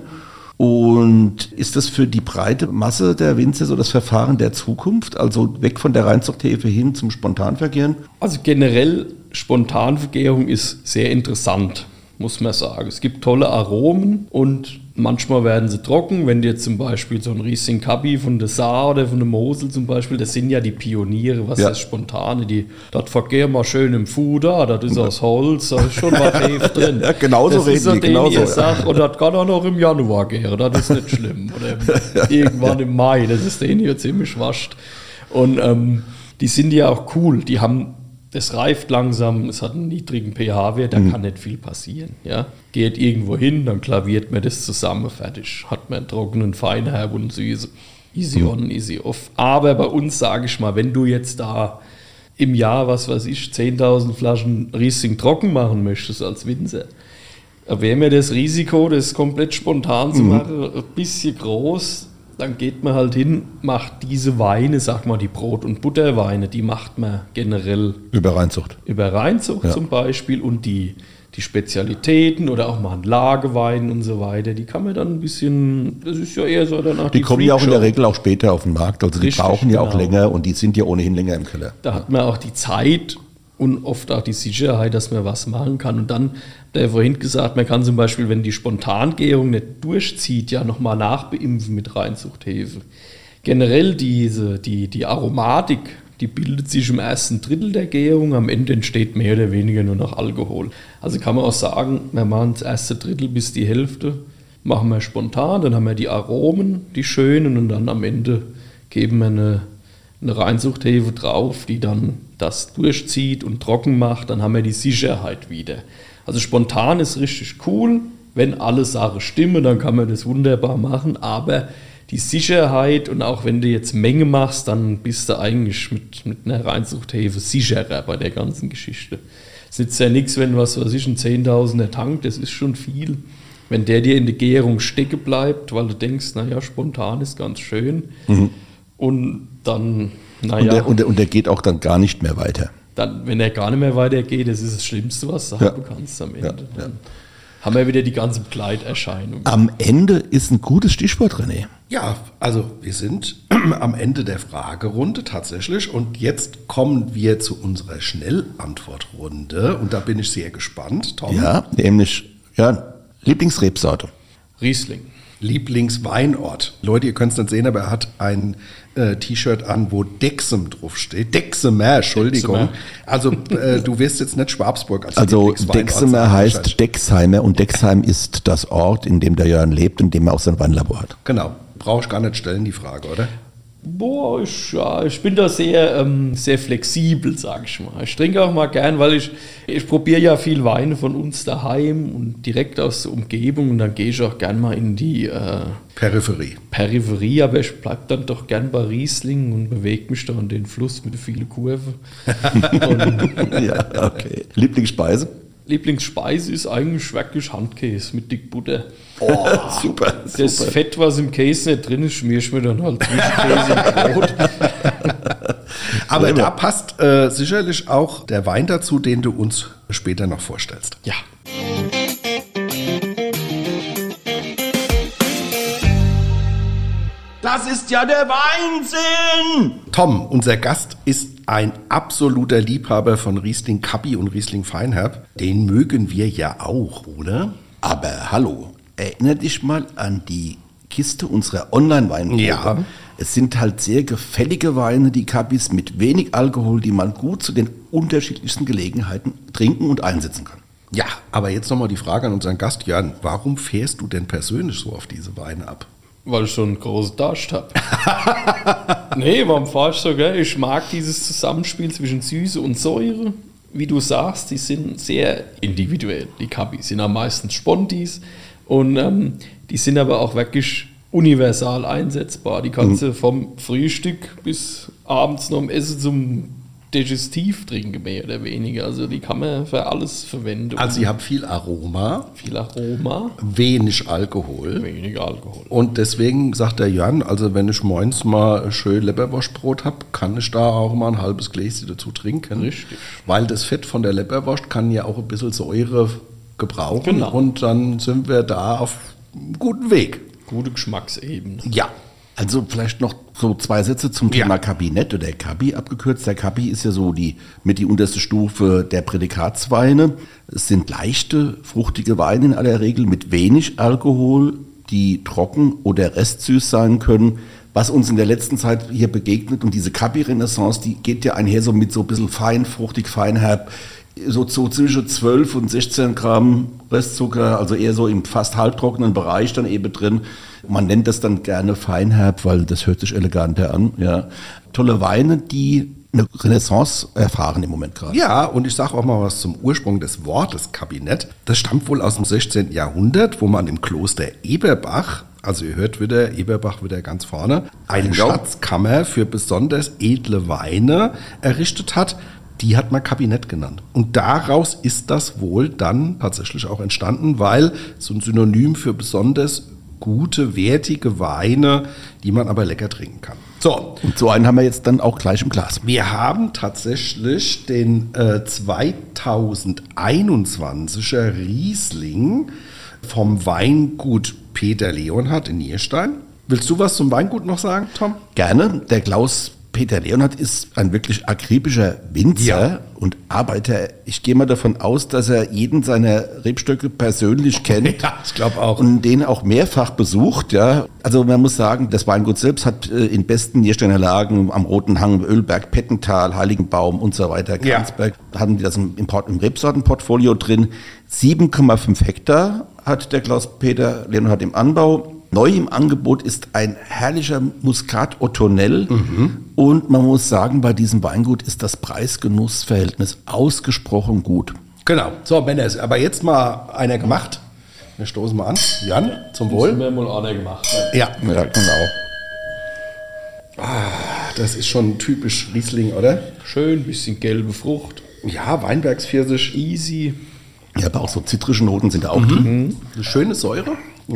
Und ist das für die breite Masse der Winzer so das Verfahren der Zukunft? Also weg von der Reinzuchthefe hin zum Spontanvergären? Also generell, Spontanvergärung ist sehr interessant, muss man sagen. Es gibt tolle Aromen und manchmal werden sie trocken. Wenn du jetzt zum Beispiel so ein Riesling Chablis von der Saar oder von der Mosel zum Beispiel, das sind ja die Pioniere, was das Spontane, das vergären wir schön im Fuder, das ist aus Holz, da ist schon was Hefe drin. Ja, genauso das reden die, genauso. Und das kann auch noch im Januar gären, das ist nicht schlimm. Oder irgendwann im Mai, das ist denen hier ziemlich wascht. Und die sind ja auch cool, die haben... Es reift langsam, es hat einen niedrigen pH-Wert, da kann nicht viel passieren. Ja? Geht irgendwo hin, dann klaviert man das zusammen, fertig. Hat man einen trockenen Feinherb und Süße. Easy on, easy off. Aber bei uns, sage ich mal, wenn du jetzt da im Jahr, 10.000 Flaschen Riesling trocken machen möchtest als Winzer, wäre mir das Risiko, das komplett spontan zu machen, ein bisschen groß. Dann geht man halt hin, macht diese Weine, sag mal die Brot- und Butterweine, die macht man generell über Reinzucht. Über Reinzucht zum Beispiel und die Spezialitäten oder auch mal ein Lagewein und so weiter, die kann man dann ein bisschen, das ist ja eher so danach die kommen ja auch in der Regel auch später auf den Markt, also die Richtig, brauchen ja auch länger und die sind ja ohnehin länger im Keller. Da hat man auch die Zeit und oft auch die Sicherheit, dass man was machen kann. Und dann, der vorhin gesagt, man kann zum Beispiel, wenn die Spontangärung nicht durchzieht, ja nochmal nachbeimpfen mit Reinzuchthefe. Generell die Aromatik, die bildet sich im ersten Drittel der Gärung, am Ende entsteht mehr oder weniger nur noch Alkohol. Also kann man auch sagen, wir machen das erste Drittel bis die Hälfte, machen wir spontan, dann haben wir die Aromen, die schönen, und dann am Ende geben wir eine Reinzuchthefe drauf, die dann das durchzieht und trocken macht, dann haben wir die Sicherheit wieder. Also spontan ist richtig cool, wenn alle Sachen stimmen, dann kann man das wunderbar machen, aber die Sicherheit und auch wenn du jetzt Menge machst, dann bist du eigentlich mit einer Reinzuchthefe sicherer bei der ganzen Geschichte. Es nützt ja nichts, wenn ein 10.000er Tank, das ist schon viel. Wenn der dir in der Gärung stecken bleibt, weil du denkst, naja, spontan ist ganz schön und dann, naja. Und der geht auch dann gar nicht mehr weiter. dann, wenn er gar nicht mehr weitergeht, das ist das Schlimmste, was du haben kannst am Ende. Dann haben wir wieder die ganze Begleiterscheinung. Am Ende ist ein gutes Stichwort, René. Ja, also wir sind am Ende der Fragerunde tatsächlich und jetzt kommen wir zu unserer Schnellantwortrunde und da bin ich sehr gespannt, Tom. Ja, nämlich Lieblingsrebsorte. Riesling. Lieblingsweinort. Leute, ihr könnt es nicht sehen, aber er hat ein T-Shirt an, wo Dexem draufsteht. Dexemer, Entschuldigung. Dexemer. Also du wirst jetzt nicht Schwabsburg als Also Lieblingsweinort Dexemer sagen, heißt Dexheimer und Dexheim ist das Ort, in dem der Jörn lebt und in dem er auch sein Weinlabor hat. Genau. Brauche ich gar nicht stellen, die Frage, oder? Boah, ich bin da sehr, sehr flexibel, sag ich mal. Ich trinke auch mal gern, weil ich probiere ja viel Weine von uns daheim und direkt aus der Umgebung und dann gehe ich auch gern mal in die Peripherie, aber ich bleibe dann doch gern bei Riesling und bewege mich da an den Fluss mit vielen Kurven. Ja, okay. Lieblingsspeise? Lieblingsspeise ist eigentlich wirklich Handkäse mit dick Butter. Oh, super. Das Fett, was im Käse nicht drin ist, schmier ich mir dann halt Käse im Brot. Aber da passt sicherlich auch der Wein dazu, den du uns später noch vorstellst. Ja. Das ist ja der Wahnsinn! Tom, unser Gast ist ein absoluter Liebhaber von Riesling Cubby und Riesling Feinherb. Den mögen wir ja auch, oder? Aber hallo, erinnere dich mal an die Kiste unserer Online-Weinprobe. Ja. Es sind halt sehr gefällige Weine, die Cubbys mit wenig Alkohol, die man gut zu den unterschiedlichsten Gelegenheiten trinken und einsetzen kann. Ja, aber jetzt nochmal die Frage an unseren Gast, Jörn. Warum fährst du denn persönlich so auf diese Weine ab? Weil ich schon einen großen Durst habe. Nee, warum fahre ich so? Gell? Ich mag dieses Zusammenspiel zwischen Süße und Säure. Wie du sagst, die sind sehr individuell. Die Cubbys sind am meisten Spontis und die sind aber auch wirklich universal einsetzbar. Die kannst du vom Frühstück bis abends noch am Essen zum Digestiv trinken, mehr oder weniger. Also die kann man für alles verwenden. Also ihr habt viel Aroma, Viel Aroma, wenig Alkohol. wenig Alkohol. Und deswegen sagt der Jörn, also wenn ich morgens mal schön Leberwurstbrot habe, kann ich da auch mal ein halbes Gläschen dazu trinken. Richtig. Weil das Fett von der Leberwurst kann ja auch ein bisschen Säure gebrauchen. Genau. Und dann sind wir da auf einem guten Weg. Gute Geschmacksebene. Ja. Also vielleicht noch so 2 Sätze zum Thema Kabinett oder Cubby abgekürzt. Der Cubby ist ja so die unterste Stufe der Prädikatsweine. Es sind leichte, fruchtige Weine in aller Regel mit wenig Alkohol, die trocken oder restsüß sein können. Was uns in der letzten Zeit hier begegnet und diese Cubby-Renaissance, die geht ja einher so mit so ein bisschen fein, fruchtig, feinherb, so zwischen 12 und 16 Gramm Restzucker, also eher so im fast halbtrockenen Bereich dann eben drin. Man nennt das dann gerne Feinherb, weil das hört sich eleganter an. Ja. Tolle Weine, die eine Renaissance erfahren im Moment gerade. Ja, und ich sage auch mal was zum Ursprung des Wortes Kabinett. Das stammt wohl aus dem 16. Jahrhundert, wo man im Kloster Eberbach, also ihr hört wieder, Eberbach wieder ganz vorne, eine Schatzkammer für besonders edle Weine errichtet hat. Die hat man Kabinett genannt. Und daraus ist das wohl dann tatsächlich auch entstanden, weil so ein Synonym für besonders gute, wertige Weine, die man aber lecker trinken kann. So. Und so einen haben wir jetzt dann auch gleich im Glas. Wir haben tatsächlich den 2021er Riesling vom Weingut Peter Leonhardt in Nierstein. Willst du was zum Weingut noch sagen, Tom? Gerne. Der Klaus Peter Leonhardt ist ein wirklich akribischer Winzer und Arbeiter. Ich gehe mal davon aus, dass er jeden seiner Rebstöcke persönlich kennt. Ja, ich glaube auch. Und den auch mehrfach besucht. Ja. Also man muss sagen, das Weingut selbst hat in besten Niersteiner Lagen am Roten Hang, Ölberg, Pettental, Heiligenbaum und so weiter, Kranzberg, haben die das im Rebsortenportfolio drin. 7,5 Hektar hat der Klaus Peter Leonhardt im Anbau. Neu im Angebot ist ein herrlicher Muscat Ottonel und man muss sagen, bei diesem Weingut ist das Preis-Genuss-Verhältnis ausgesprochen gut. Genau. So, Männer, aber jetzt mal einer gemacht. Wir stoßen mal an. Jan, zum Wohl. Das haben wir mal einer gemacht. Ja, Ja, genau. das ist schon typisch Riesling, oder? Schön, bisschen gelbe Frucht. Ja, Weinbergspfirsich. Easy. Ja, aber auch so zitrische Noten sind da auch drin. Eine schöne Säure. Ja.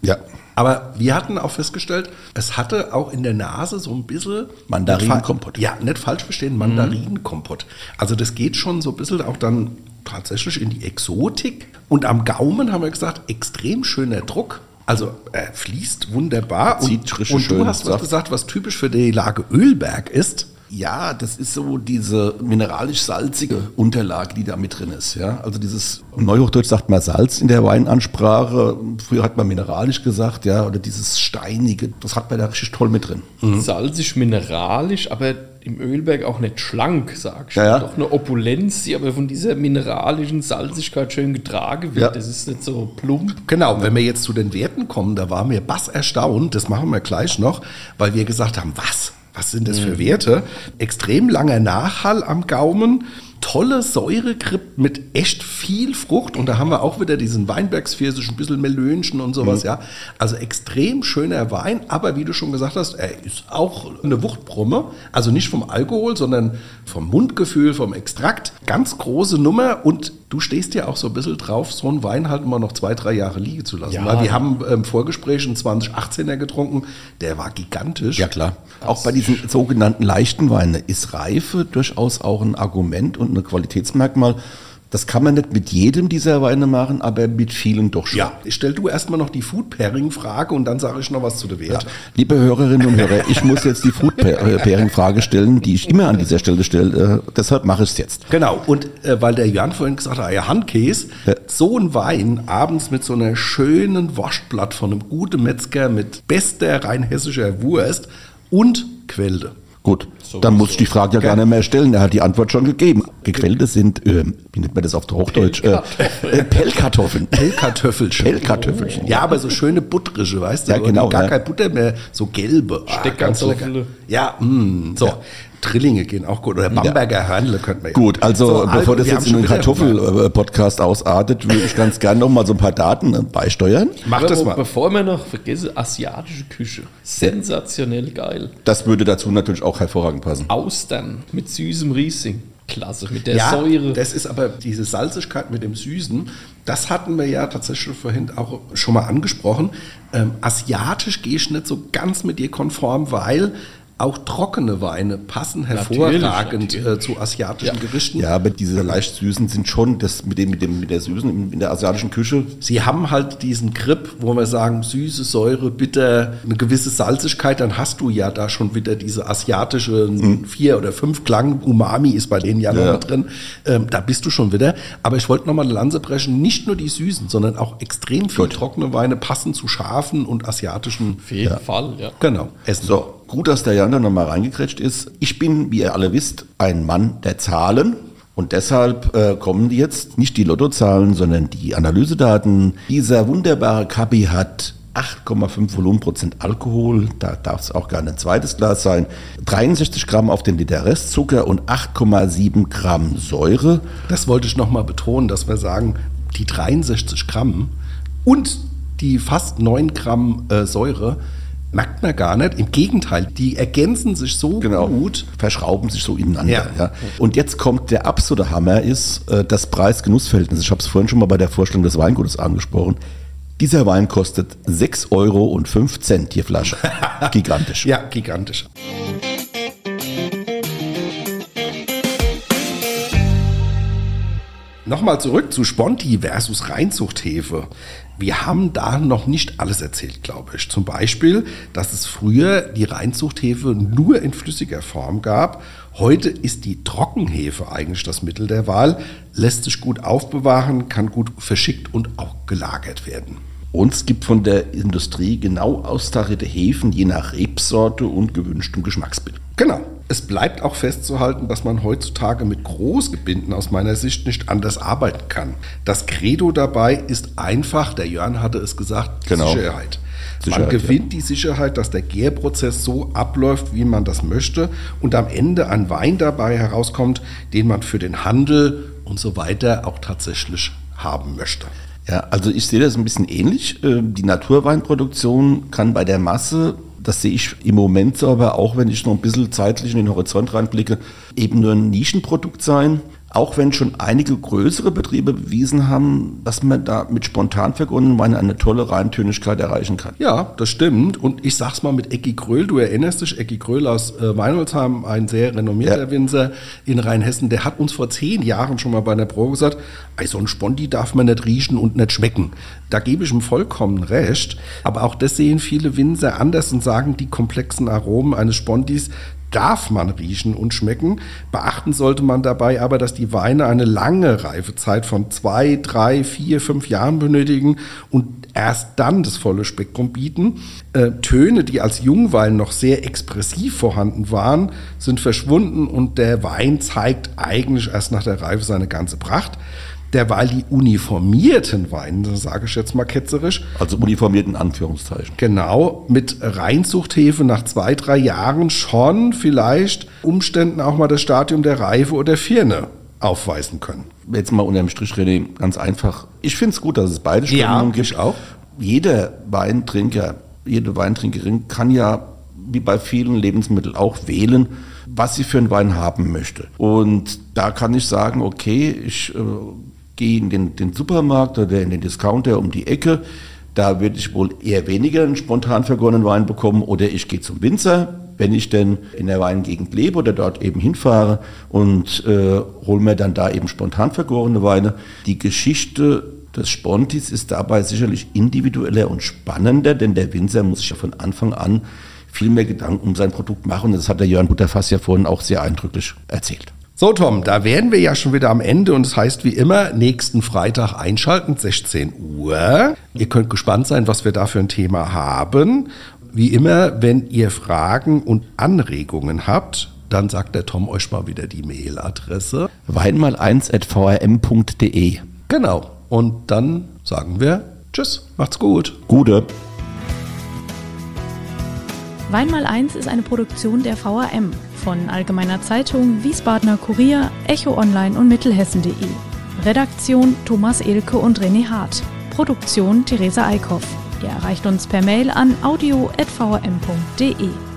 Ja. Aber wir hatten auch festgestellt, es hatte auch in der Nase so ein bisschen Mandarinenkompott. Ja, nicht falsch verstehen, Mandarinenkompott. Also das geht schon so ein bisschen auch dann tatsächlich in die Exotik. Und am Gaumen haben wir gesagt, extrem schöner Druck. Also er fließt wunderbar. Zieht richtig und schön du hast was Saft. gesagt, was typisch für die Lage Ölberg ist. Ja, das ist so diese mineralisch-salzige Unterlage, die da mit drin ist. Ja? Also dieses, im Neuhochdeutsch sagt man Salz in der Weinansprache, früher hat man mineralisch gesagt, ja, oder dieses Steinige, das hat man da richtig toll mit drin. Salzig, mineralisch, aber im Ölberg auch nicht schlank, sag ich. Ja, ja. Doch eine Opulenz, die aber von dieser mineralischen Salzigkeit schön getragen wird. Ja. Das ist nicht so plump. Genau, wenn wir jetzt zu den Werten kommen, da waren wir erstaunt, das machen wir gleich noch, weil wir gesagt haben, was sind das für Werte? Extrem langer Nachhall am Gaumen, tolle Säuregrip mit echt viel Frucht und da haben wir auch wieder diesen Weinbergspfirsich, ein bisschen Melönchen und sowas, ja. Also extrem schöner Wein, aber wie du schon gesagt hast, er ist auch eine Wuchtbrumme, also nicht vom Alkohol, sondern vom Mundgefühl, vom Extrakt. Ganz große Nummer und du stehst ja auch so ein bisschen drauf, so einen Wein halt immer noch 2-3 Jahre liegen zu lassen. Ja. Weil wir haben im Vorgespräch einen 2018er getrunken, der war gigantisch. Ja klar. Auch bei diesen sogenannten leichten Weinen ist Reife durchaus auch ein Argument und ein Qualitätsmerkmal. Das kann man nicht mit jedem dieser Weine machen, aber mit vielen doch schon. Ja, stell du erstmal noch die Food-Pairing-Frage und dann sage ich noch was zu der Wert. Ja. Liebe Hörerinnen und Hörer, ich muss jetzt die Food-Pairing-Frage stellen, die ich immer an dieser Stelle stelle. Deshalb mache ich es jetzt. Genau, und weil der Jörn vorhin gesagt hat, ja, Handkäse, so ein Wein abends mit so einer schönen Wurstblatt von einem guten Metzger mit bester rheinhessischer Wurst und Quelle. Gut, dann muss ich die Frage ja gar nicht mehr stellen. Er hat die Antwort schon gegeben. Gequälte sind, wie nennt man das auf Hochdeutsch? Pellkartoffeln. Pellkartöffelchen. Pellkartöffelchen. Ja, aber so schöne buttrige, weißt du? Ja, genau, Gar ja. keine Butter mehr, so gelbe. Ganz lecker. Ja, so. Ja. Trillinge gehen auch gut. Oder Bamberger Hörnle könnte man ja. Gut, also bevor das wir jetzt haben in einen schon wieder- Kartoffel-Podcast ausartet, würde ich ganz gerne noch mal so ein paar Daten beisteuern. Mach das mal. Bevor wir noch vergessen, asiatische Küche. Sensationell geil. Das würde dazu natürlich auch hervorragend passen. Austern mit süßem Riesling. Klasse, mit der Ja, Säure. das ist aber diese Salzigkeit mit dem Süßen, das hatten wir ja tatsächlich vorhin auch schon mal angesprochen. Asiatisch gehe ich nicht so ganz mit dir konform, weil auch trockene Weine passen hervorragend Natürlich. zu asiatischen Gerichten. Ja, aber diese leicht süßen sind schon das mit der süßen in der asiatischen Küche. Sie haben halt diesen Grip, wo wir sagen, süße, Säure, bitter, eine gewisse Salzigkeit, dann hast du ja da schon wieder diese asiatische 4 oder 5 Klang. Umami ist bei denen ja noch mit drin. Da bist du schon wieder. Aber ich wollte nochmal eine Lanze brechen, nicht nur die süßen, sondern auch extrem viel trockene Weine passen zu scharfen und asiatischen. Auf jeden Fall, ja. Genau, Essen. So, gut, dass der Jan da nochmal reingekretscht ist. Ich bin, wie ihr alle wisst, ein Mann der Zahlen. Und deshalb kommen jetzt nicht die Lottozahlen, sondern die Analysedaten. Dieser wunderbare Kabi hat 8,5 Volumenprozent Alkohol, da darf es auch gar ein zweites Glas sein, 63 Gramm auf den Liter Restzucker und 8,7 Gramm Säure. Das wollte ich nochmal betonen, dass wir sagen, die 63 Gramm und die fast 9 Gramm Säure merkt man gar nicht. Im Gegenteil, die ergänzen sich so gut. Verschrauben sich so ineinander. Ja. Ja. Und jetzt kommt der absolute Hammer, ist das Preis-Genuss-Verhältnis. Ich habe es vorhin schon mal bei der Vorstellung des Weingutes angesprochen. Dieser Wein kostet 6,05 € die Flasche. Gigantisch. Ja, gigantisch. Nochmal zurück zu Sponti versus Reinzuchthefe. Wir haben da noch nicht alles erzählt, glaube ich. Zum Beispiel, dass es früher die Reinzuchthefe nur in flüssiger Form gab. Heute ist die Trockenhefe eigentlich das Mittel der Wahl, lässt sich gut aufbewahren, kann gut verschickt und auch gelagert werden. Und es gibt von der Industrie genau austarierte Hefen, je nach Rebsorte und gewünschtem Geschmacksbild. Genau. Es bleibt auch festzuhalten, dass man heutzutage mit Großgebinden aus meiner Sicht nicht anders arbeiten kann. Das Credo dabei ist einfach, der Jörn hatte es gesagt, Genau. Sicherheit. Man Sicherheit, gewinnt die Sicherheit, dass der Gärprozess so abläuft, wie man das möchte und am Ende ein Wein dabei herauskommt, den man für den Handel und so weiter auch tatsächlich haben möchte. Ja, also ich sehe das ein bisschen ähnlich. Die Naturweinproduktion kann bei der Masse, das sehe ich im Moment so, aber auch wenn ich noch ein bisschen zeitlich in den Horizont reinblicke, eben nur ein Nischenprodukt sein. auch wenn schon einige größere Betriebe bewiesen haben, dass man da mit spontan vergorenen Wein eine tolle Reintönigkeit erreichen kann. Ja, das stimmt. Und ich sag's mal mit Ecki Gröhl, du erinnerst dich, Ecki Gröhl aus Weinholzheim, ein sehr renommierter Winzer in Rheinhessen, der hat uns vor 10 Jahren schon mal bei einer Probe gesagt, so ein Sponti darf man nicht riechen und nicht schmecken. Da gebe ich ihm vollkommen recht. Aber auch das sehen viele Winzer anders und sagen, die komplexen Aromen eines Spontis darf man riechen und schmecken. Beachten sollte man dabei aber, dass die Weine eine lange Reifezeit von 2, 3, 4, 5 Jahren benötigen und erst dann das volle Spektrum bieten. Töne, die als Jungwein noch sehr expressiv vorhanden waren, sind verschwunden und der Wein zeigt eigentlich erst nach der Reife seine ganze Pracht. Derweil die uniformierten Weine, sage ich jetzt mal ketzerisch. Also uniformiert in Anführungszeichen. Genau, mit Reinzuchthefe nach 2, 3 Jahren schon vielleicht Umständen auch mal das Stadium der Reife oder Firne aufweisen können. Jetzt mal unterm Strich, René, ganz einfach. Ich finde es gut, dass es beide Strömungen gibt. Ich auch. Jeder Weintrinker, jede Weintrinkerin kann ja, wie bei vielen Lebensmitteln, auch wählen, was sie für einen Wein haben möchte. Und da kann ich sagen, okay, ich gehe in den Supermarkt oder in den Discounter um die Ecke, da würde ich wohl eher weniger einen spontan vergorenen Wein bekommen, oder ich gehe zum Winzer, wenn ich denn in der Weingegend lebe oder dort eben hinfahre, und hole mir dann da eben spontan vergorene Weine. Die Geschichte des Spontis ist dabei sicherlich individueller und spannender, denn der Winzer muss sich ja von Anfang an viel mehr Gedanken um sein Produkt machen. Das hat der Jörn Butterfass ja vorhin auch sehr eindrücklich erzählt. So Tom, da wären wir ja schon wieder am Ende und es heißt wie immer, nächsten Freitag einschalten, 16 Uhr. Ihr könnt gespannt sein, was wir da für ein Thema haben. Wie immer, wenn ihr Fragen und Anregungen habt, dann sagt der Tom euch mal wieder die Mailadresse. weinmal1@vrm.de. Genau, und dann sagen wir Tschüss, macht's gut. Gute. Weinmal1 ist eine Produktion der VRM von Allgemeiner Zeitung, Wiesbadener Kurier, Echo Online und Mittelhessen.de. Redaktion Thomas Elke und René Hart. Produktion Theresa Eickhoff. Ihr erreicht uns per Mail an audio@vrm.de.